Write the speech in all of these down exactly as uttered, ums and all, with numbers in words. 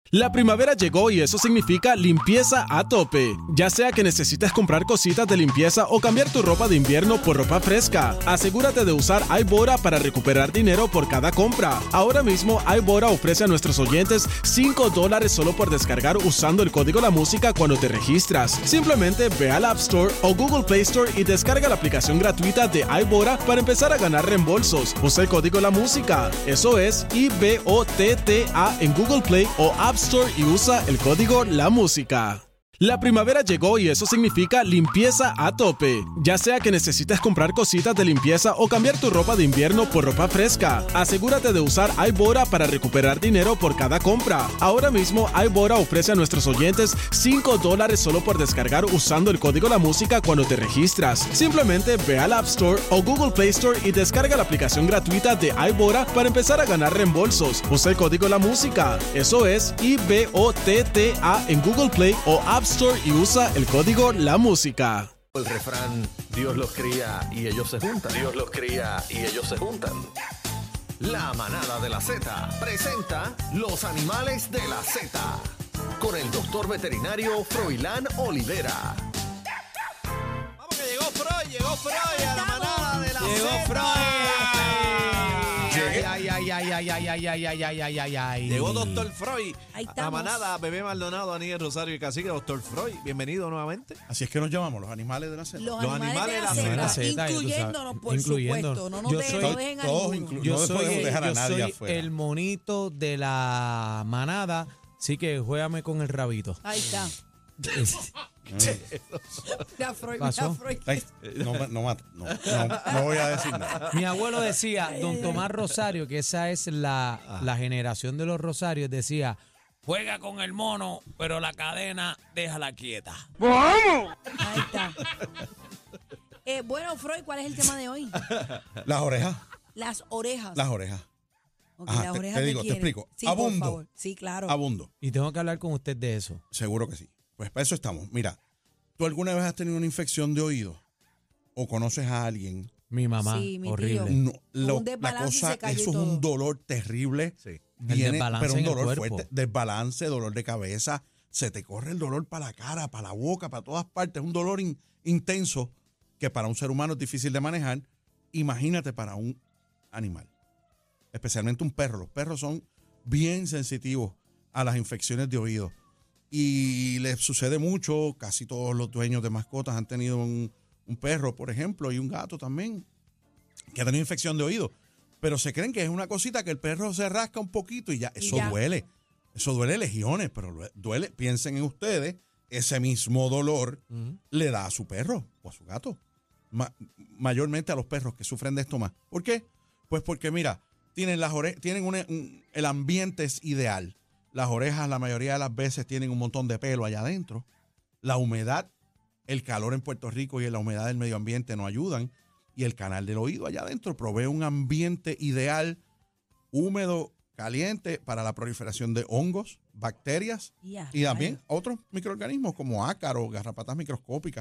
La primavera llegó y eso significa limpieza a tope. Ya sea que necesites comprar cositas de limpieza o cambiar tu ropa de invierno por ropa fresca, asegúrate de usar iBora para recuperar dinero por cada compra. Ahora mismo iBora ofrece a nuestros oyentes cinco dólares solo por descargar usando el código La Música cuando te registras. Simplemente ve al App Store o Google Play Store y descarga la aplicación gratuita de iBora para empezar a ganar reembolsos. Usa el código La Música. Eso es I B O T T A en Google Play o App Store y usa el código La Música. La primavera llegó y eso significa limpieza a tope. Ya sea que necesites comprar cositas de limpieza o cambiar tu ropa de invierno por ropa fresca, asegúrate de usar iBora para recuperar dinero por cada compra. Ahora mismo iBora ofrece a nuestros oyentes cinco dólares solo por descargar usando el código La Música cuando te registras. Simplemente ve al App Store o Google Play Store y descarga la aplicación gratuita de iBora para empezar a ganar reembolsos. Usa el código La Música. Eso es I B O T T A en Google Play o App Store y usa el código La Música. El refrán, Dios los cría y ellos se juntan. Dios los cría y ellos se juntan. La manada de la Z presenta Los animales de la Z con el doctor veterinario Froilán Olivera. Vamos que llegó Freud, llegó Freud a la manada de la Z. Llegó Freud. Ay, ay, ay, ay, ay, ay, ay, ay, ay, ay, ay, ay. Llegó doctor Freud. Ahí La estamos. manada, Bebé Maldonado, Aníbal Rosario y Cacique, doctor Freud. Bienvenido nuevamente. Así es que nos llamamos los animales de la selva. Los, Los animales, animales de de la la selva, selva, incluyéndonos, por incluyéndonos. supuesto. No nos Yo dejen, soy- no dejen a todos ninguno. inclu- Yo No soy, podemos dejar a yo nadie soy afuera. el monito de la manada, así que juégame con el rabito. Ahí está. Mira, Freud, mira, ¿Pasó? Freud. Ay, no, me- no, mate, no, no, no voy a decir nada. Mi abuelo decía, don Tomás Rosario, que esa es la, Ah. la generación de los Rosarios, decía, juega con el mono, pero la cadena déjala quieta. Ahí está. Eh, bueno, Freud, ¿cuál es el tema de hoy? Las orejas, Las orejas. las orejas. Ok, Ajá, las te- orejas te ¿qué digo, te quieren? explico. Sí, Abundo. por favor. Sí, claro. Abundo, Y tengo que hablar con usted de eso. seguro que sí. Pues para eso estamos. Mira, ¿tú alguna vez has tenido una infección de oído? ¿O conoces a alguien? Mi mamá, Sí, mi horrible. tío. No, lo- un la desbalance y cosa, se cayó eso y es un todo. dolor terrible. Sí. El Viene, desbalance pero un en el dolor cuerpo. fuerte. Desbalance, dolor de cabeza. Se te corre el dolor para la cara, para la boca, para todas partes. Es un dolor in- intenso que para un ser humano es difícil de manejar. Imagínate para un animal. Especialmente un perro. Los perros son bien sensitivos a las infecciones de oído. Y les sucede mucho. Casi todos los dueños de mascotas han tenido un, un perro, por ejemplo, y un gato también, que ha tenido infección de oído. Pero se creen que es una cosita que el perro se rasca un poquito y ya. Y Eso ya. duele. Eso duele legiones, pero lue- duele. Piensen en ustedes, ese mismo dolor le da a su perro o a su gato. Ma- mayormente a los perros que sufren de esto más. ¿Por qué? Pues porque, mira, tienen las ore- tienen una- un- el ambiente es ideal. Las orejas la mayoría de las veces tienen un montón de pelo allá adentro. La humedad, el calor en Puerto Rico y la humedad del medio ambiente no ayudan. Y el canal del oído allá adentro provee un ambiente ideal, húmedo, caliente, para la proliferación de hongos, bacterias Y a y también rayos. otros microorganismos como ácaros, garrapatas microscópicas,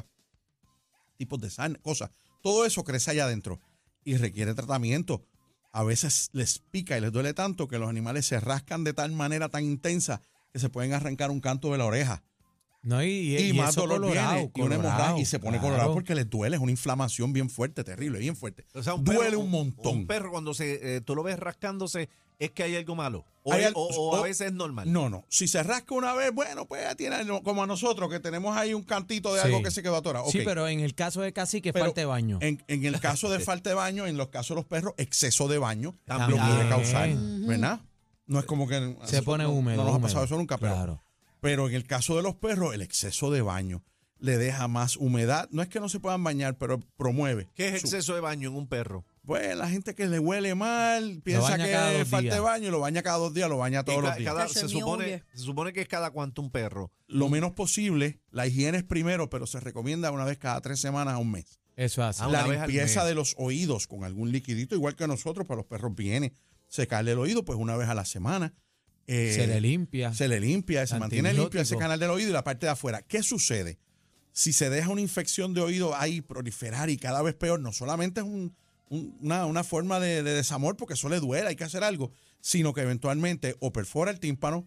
tipos de sarna, cosas. Todo eso crece allá adentro y requiere tratamiento. A veces les pica y les duele tanto que los animales se rascan de tal manera tan intensa que se pueden arrancar un canto de la oreja. No, y, y, Y, y más eso dolor colorado, viene y una colorado, hemorragia y se pone claro. colorado porque les duele. Es una inflamación bien fuerte, terrible, bien fuerte. O sea, un duele perro- un montón. Un perro cuando se, eh, tú lo ves rascándose, es que hay algo malo. O, Hay es- al- o- o a o- veces es normal. No, no. Si se rasca una vez, bueno, pues ya tiene no, como a nosotros que tenemos ahí un cantito de Sí. algo que se quedó atorado. Sí, Ok. pero en el caso de Cacique, Pero falta de baño. En, en el caso de falta de baño, en los casos de los perros, exceso de baño También. lo puede causar, Ujú. ¿verdad? No es como que Se pone no, húmedo. No nos ha húmedo. pasado eso nunca, pero, Claro. pero en el caso de los perros, el exceso de baño le deja más humedad. No es que no se puedan bañar, pero promueve. ¿Qué es su- exceso de baño en un perro? Pues la gente que le huele mal, piensa baña que cada es dos falta días. de baño, lo baña cada dos días, lo baña todos Y ca- los días. cada- Cacho, se, el mío supone, huye. se supone que es cada cuánto un perro. Lo menos posible, la higiene es primero, pero se recomienda una vez cada tres semanas a un mes. Eso hace. Ah, La una vez al limpieza mes. de los oídos con algún liquidito, igual que nosotros, para los perros viene secarle el oído, pues una vez a la semana. Eh, se le limpia. Se le limpia, se mantiene limpio ese Antibiótico. canal del oído y la parte de afuera. ¿Qué sucede? Si se deja una infección de oído ahí proliferar y cada vez peor, no solamente es un- un- una, una forma de, de desamor porque eso le duele, hay que hacer algo, sino que eventualmente o perfora el tímpano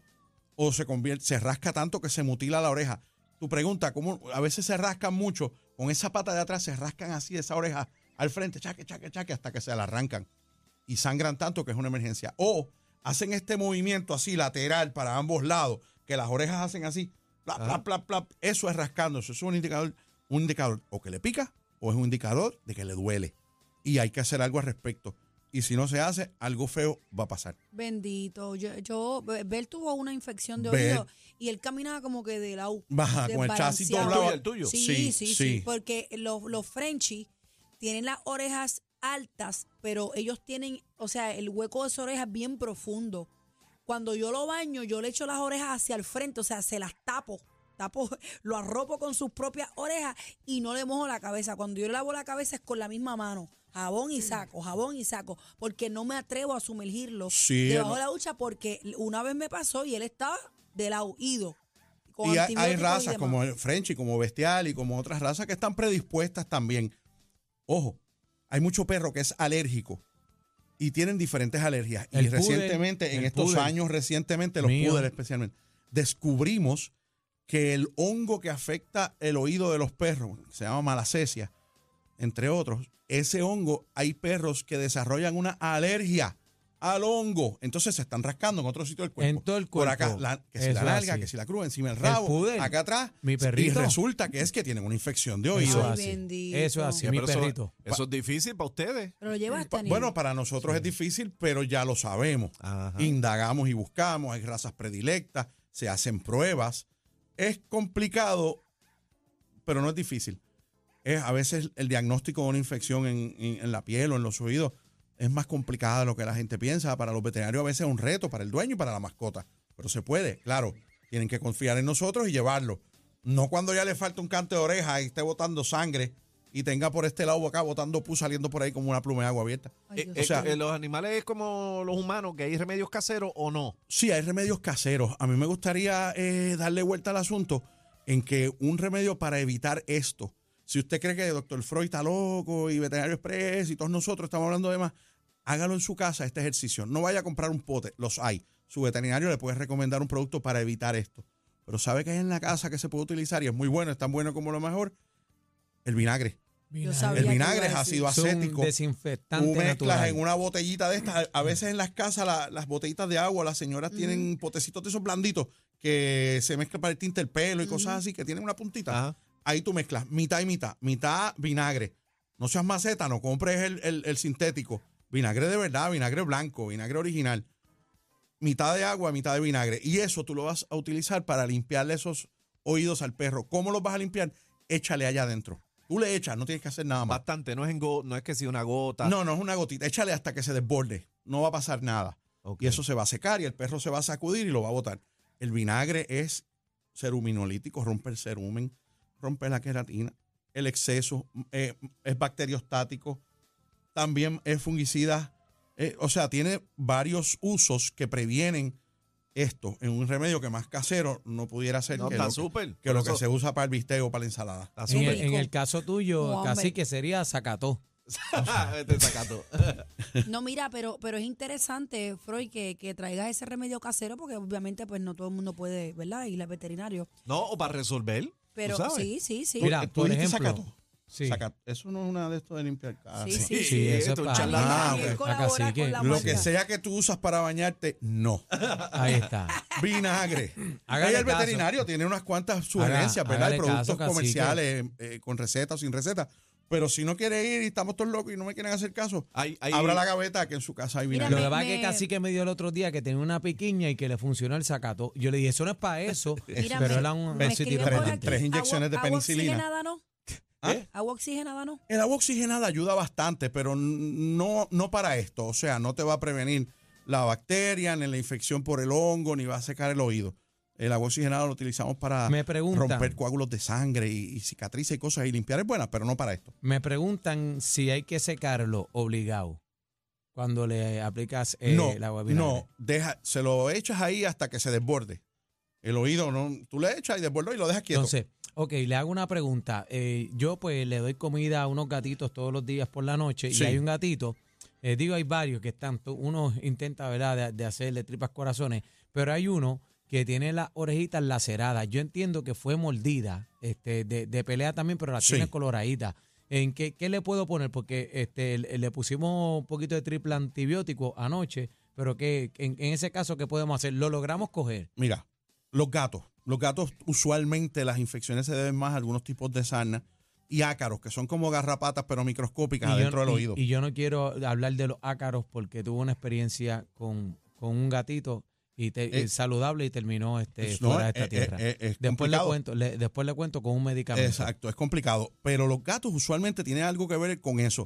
o se convierte, se rasca tanto que se mutila la oreja. Tu pregunta, ¿cómo? A veces se rascan mucho, con esa pata de atrás se rascan así esa oreja al frente, chaque, chaque, chaque, hasta que se la arrancan y sangran tanto que es una emergencia. O hacen este movimiento así lateral para ambos lados, que las orejas hacen así, plap, plap, plap, plap. Eso es rascándose. Eso es un indicador, un indicador o que le pica o es un indicador de que le duele. Y hay que hacer algo al respecto. Y si no se hace, algo feo va a pasar. Bendito. Yo, yo Bel tuvo una infección de Bel. oído y él caminaba como que de lado. Baja, con el chasis doblado. ¿El tuyo? Sí, Sí, sí, sí, sí. porque los, los Frenchies tienen las orejas altas, pero ellos tienen, o sea, el hueco de su oreja es bien profundo. Cuando yo lo baño, yo le echo las orejas hacia el frente, o sea, se las tapo. tapo lo arropo con sus propias orejas y no le mojo la cabeza. Cuando yo le lavo la cabeza es con la misma mano. Jabón y saco, jabón y saco, porque no me atrevo a sumergirlo Sí, debajo no. de la ducha porque una vez me pasó y él estaba de lado, ido. con Y hay, hay antibióticos y razas demás. como el Frenchie, como Bestial y como otras razas que están predispuestas también. Ojo, hay mucho perro que es alérgico y tienen diferentes alergias. El y poodle, recientemente, en el estos poodle. años recientemente, los Mío. poodles especialmente, descubrimos que el hongo que afecta el oído de los perros, que se llama malacesia, entre otros, ese hongo, hay perros que desarrollan una alergia al hongo. Entonces se están rascando en otro sitio del cuerpo. En todo el Por cuerpo. acá, la- que si Eso la es nalga, así. que si la cruz, encima del rabo, poodle, acá atrás. mi perrito. Y resulta que es que tienen una infección de Eso oído. es Ay, así. bendito. Eso es así, Ya, mi pero eso- perrito. Eso, es difícil para ustedes. Pero lo llevaste, Pa- Aniel. Bueno, para nosotros es difícil, pero ya lo sabemos. Ajá. Indagamos y buscamos, hay razas predilectas, se hacen pruebas. Es complicado, pero no es difícil. Es, a veces el diagnóstico de una infección en, en- en la piel o en los oídos es más complicado de lo que la gente piensa. Para los veterinarios a veces es un reto, para el dueño y para la mascota. Pero se puede, claro. Tienen que confiar en nosotros y llevarlo. No cuando ya le falta un canto de oreja y esté botando sangre y tenga por este lado acá botando pus saliendo por ahí como una pluma de agua abierta. Ay, Eh, Dios eh, o sea, mío. eh, ¿los animales es como los humanos, que hay remedios caseros o no? Sí, hay remedios caseros. A mí me gustaría eh, darle vuelta al asunto en que un remedio para evitar esto, si usted cree que el doctor Freud está loco y Veterinario Express y todos nosotros estamos hablando de más, hágalo en su casa este ejercicio. No vaya a comprar un pote, los hay. Su veterinario le puede recomendar un producto para evitar esto. Pero sabe que es en la casa que se puede utilizar y es muy bueno, es tan bueno como lo mejor, el vinagre. Yo sabía El que vinagre iba a es decir. ácido Es un acético. desinfectante Tú mezclas natural. en una botellita de estas. A veces en las casas la- las botellitas de agua, las señoras tienen potecitos de esos blanditos que se mezclan para el tinte del pelo y cosas así, que tienen una puntita. Ajá. Ahí tú mezclas mitad y mitad. Mitad vinagre. No seas maceta, no compres el, el- el sintético. Vinagre de verdad, vinagre blanco, vinagre original. Mitad de agua, mitad de vinagre. Y eso tú lo vas a utilizar para limpiarle esos oídos al perro. ¿Cómo los vas a limpiar? Échale allá adentro. Tú le echas, no tienes que hacer nada más. Bastante, no es, en go- no es que si una gota. No, no es una gotita. Échale hasta que se desborde. No va a pasar nada. Ok. Y eso se va a secar y el perro se va a sacudir y lo va a botar. El vinagre es ceruminolítico, rompe el cerumen, rompe la queratina. El exceso eh, es bacteriostático. También es fungicida. Eh, o sea, tiene varios usos que previenen esto en un remedio que más casero no pudiera ser No, que, está lo que, súper. que lo Por que eso- se usa para el bistec o para la ensalada. Está En súper. el, en el caso tuyo, No, hombre. casi que sería sacató. Este sacato. No, mira, pero, pero es interesante, Freud, que, que traigas ese remedio casero, porque obviamente pues no todo el mundo puede, ¿verdad? Ir al veterinario. No, o para resolver. ¿tú Pero sabes? sí, sí, sí. Mira, ¿Tú por dijiste ejemplo, sacato? Sí. Saca- eso no es una de estos de limpiar casa. Sí, sí, Sí, eso esto es un para- charlatán. Ah, Él ok. colabora Acá sí con la Lo marca. que sea que tú usas para bañarte, no. Ahí está. Vinagre. Hágale Ahí el caso. veterinario tiene unas cuantas sugerencias, Haga- ¿verdad? De hágale productos caso, cacique. comerciales eh, con receta o sin receta. Pero si no quiere ir y estamos todos locos y no me quieren hacer caso, Hay- hay- abra la gaveta que en su casa hay Mira, vinagre. Lo que me- pasa es que me- casi que me dio el otro día que tenía una piquiña y que le funcionó el sacato. Yo le dije, eso no es para eso. Mira, pero me- era un me un escribe sitio por tres- para- aquí, tres inyecciones de agua- penicilina. Agua oxigenada no. ¿Ah? Agua oxigenada no. El agua oxigenada ayuda bastante, pero no, no para esto. O sea, no te va a prevenir la bacteria, ni la infección por el hongo, ni va a secar el oído. El agua oxigenada lo utilizamos para Me preguntan. romper coágulos de sangre y, y cicatrices y cosas y limpiar es buena, pero no para esto. Me preguntan si hay que secarlo obligado cuando le aplicas eh, no, el agua vinagre. no, deja, se lo echas ahí hasta que se desborde. El oído, no, tú le echas y desbordó y lo dejas quieto. Entonces, ok, le hago una pregunta. Eh, yo pues le doy comida a unos gatitos todos los días por la noche Sí. y hay un gatito, eh, digo hay varios que están, to- uno intenta, ¿verdad?, de, de hacerle tripas corazones, pero hay uno que tiene las orejitas laceradas. Yo entiendo que fue mordida, este, de, de pelea también, pero la Sí. tiene coloradita. ¿En qué, qué le puedo poner? Porque este, le, le pusimos un poquito de triple antibiótico anoche, pero que en, en ese caso, ¿qué podemos hacer? ¿Lo logramos coger? Mira, los gatos. Los gatos, usualmente las infecciones se deben más a algunos tipos de sarna y ácaros, que son como garrapatas, pero microscópicas Y yo- adentro del y- oído. Y yo no quiero hablar de los ácaros porque tuve una experiencia con, con un gatito y te- Eh, saludable y terminó este, no, fuera de esta eh, tierra. eh, eh, es después, le complicado. cuento, le- después le cuento con un medicamento. Exacto, es complicado. Pero los gatos usualmente tienen algo que ver con eso.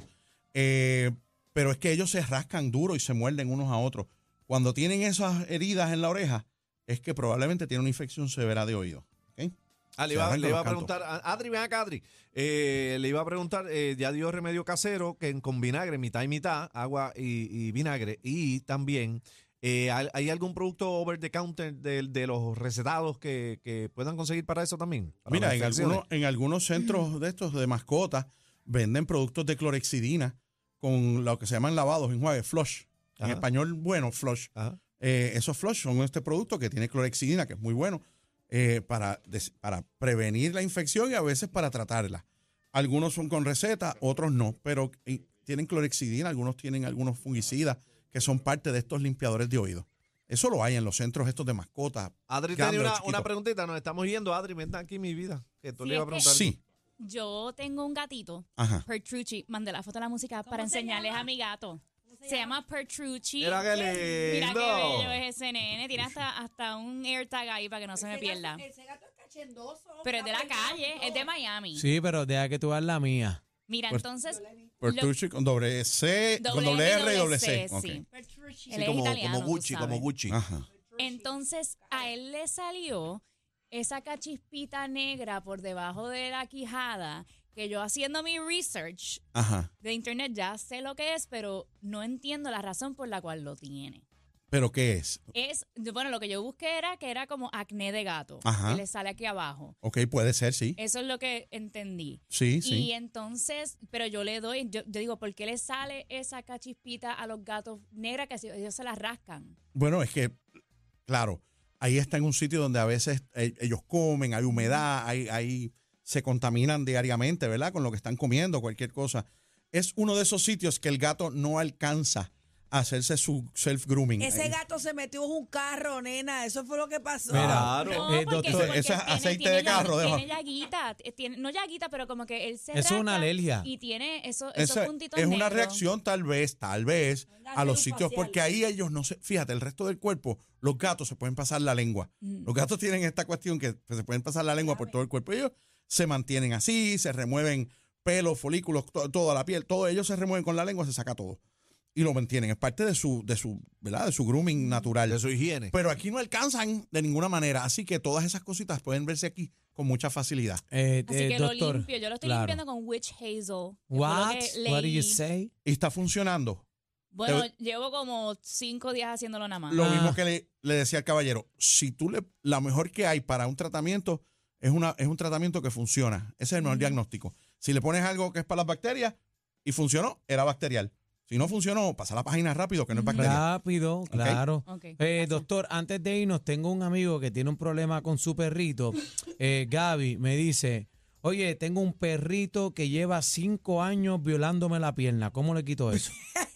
Eh, pero es que ellos se rascan duro y se muerden unos a otros. Cuando tienen esas heridas en la oreja, es que probablemente tienen una infección severa de oído. ¿Ok? Ah, le Se iba, arrancan le iba a los cantos. preguntar, a- Adri, ven acá, Adri. Eh, le iba a preguntar, eh, ya dio remedio casero que en- con vinagre, mitad y mitad, agua y, y vinagre. Y también, eh, ¿hay, hay algún producto over the counter de, de los recetados que, que puedan conseguir para eso también? Para Mira, las en infecciones. algunos, en algunos centros de estos de mascotas venden productos de clorexidina con lo que se llaman lavados, enjuague, flush. En Ajá. español, bueno, flush. Ajá. Eh, esos flush son este producto que tiene clorexidina, que es muy bueno eh, para, des- para prevenir la infección y a veces para tratarla. Algunos son con receta, otros no, pero eh, tienen clorexidina, algunos tienen algunos fungicidas que son parte de estos limpiadores de oído. Eso lo hay en los centros estos de mascotas. Adri grandes tenía o una, chiquitos. una preguntita, nos estamos yendo. Adri, ven aquí mi vida, que tú Sí, le ibas a es que- preguntar. Sí, Yo tengo un gatito, ajá. Pertrucci. Mandé la foto de la música para se enseñarles llama? a mi gato. Se llama Pertrucci. Mira qué Mira lindo. qué bello es ese nene. Tiene hasta, hasta un AirTag ahí para que no se me pierda. Ese gato es cachendoso. Pero es de la calle, es de Miami. Sí, pero deja que tú hagas la mía. Mira, Pues- entonces, Pertucci con doble C, con doble doble R R y doble C, C. Ok. sí. Pertrucci. Él Sí, es como, italiano, como tú Gucci, como sabes. Gucci. Ajá. Entonces, a él le salió esa cachispita negra por debajo de la quijada, que yo haciendo mi research Ajá. de internet ya sé lo que es, pero no entiendo la razón por la cual lo tiene. ¿Pero qué es? Es, bueno, lo que yo busqué era que era como acné de gato, Ajá. que le sale aquí abajo. Ok, puede ser, sí. Eso es lo que entendí. Sí, Y sí. entonces, pero yo le doy, yo, yo digo, ¿por qué le sale esa cachispita a los gatos negra que si ellos se la rascan? Bueno, es que, claro, ahí está en un sitio donde a veces eh, ellos comen, hay humedad, hay, hay, se contaminan diariamente, ¿verdad? Con lo que están comiendo, cualquier cosa. Es uno de esos sitios que el gato no alcanza a hacerse su self-grooming. Ese ahí. gato se metió en un carro, nena. Eso fue lo que pasó. Mira, Claro. No, Eh, porque, doctor, porque eso es tiene- aceite tiene de carro, lla- dejo. Tiene llaguita, eh, tiene, no llaguita, pero como que él se Eso es una rasca alergia. Y tiene eso, esos Esa puntitos es una negros. reacción tal vez, tal vez, Una a los luz sitios, facial. porque ahí ellos no se, fíjate, el resto del cuerpo, los gatos se pueden pasar la lengua. Los gatos tienen esta cuestión que se pueden pasar la lengua por todo el cuerpo. Ellos se mantienen así, se remueven pelos, folículos, to- toda la piel, todo ellos se remueven con la lengua, se saca todo. Y lo mantienen, es parte de su, de su, ¿verdad? De su grooming natural. De su higiene. Pero aquí no alcanzan de ninguna manera, así que todas esas cositas pueden verse aquí con mucha facilidad. Eh, Así eh, que doctor, lo limpio. Yo lo estoy claro. limpiando con witch hazel. que fue lo What? que What do you leí. say? Y está funcionando. Bueno, Te- llevo como cinco días haciéndolo nada más. Lo Ah. mismo que le, le decía al caballero, si tú le, la mejor que hay para un tratamiento es, una, es un tratamiento que funciona. Ese es el mejor diagnóstico. Si le pones algo que es para las bacterias y funcionó, era bacterial. Si no funcionó, pasa la página rápido que no es bacteria. Rápido, claro. Ok, Eh, gracias. doctor, antes de irnos, tengo un amigo que tiene un problema con su perrito. Eh, Gaby me dice, oye, tengo un perrito que lleva cinco años violándome la pierna. ¿Cómo le quito eso?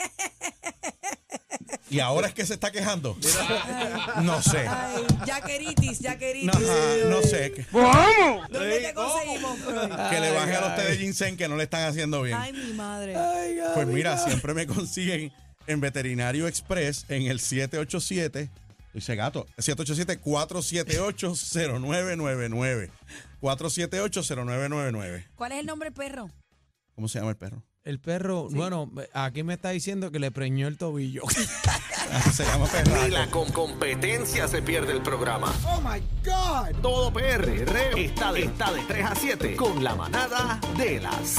Y ahora es que se está quejando. No sé. Ay, yaqueritis, yaqueritis. No, ajá, no sé. Que, ¿Dónde te conseguimos, Freud? que le baje a los té de ginseng que no le están haciendo bien. Ay, mi madre. Pues mira, siempre me consiguen en Veterinario Express en el siete ocho siete, dice gato, siete ocho siete, cuatro siete ocho, cero nueve nueve nueve. cuatro siete ocho, cero nueve nueve nueve. ¿Cuál es el nombre del perro? ¿Cómo se llama el perro? El perro, bueno, aquí me está diciendo que le preñó el tobillo. Se llama Ni perraco. la con competencia se pierde el programa. Oh my God. Todo P R está de, está de tres a siete con la manada de la Z.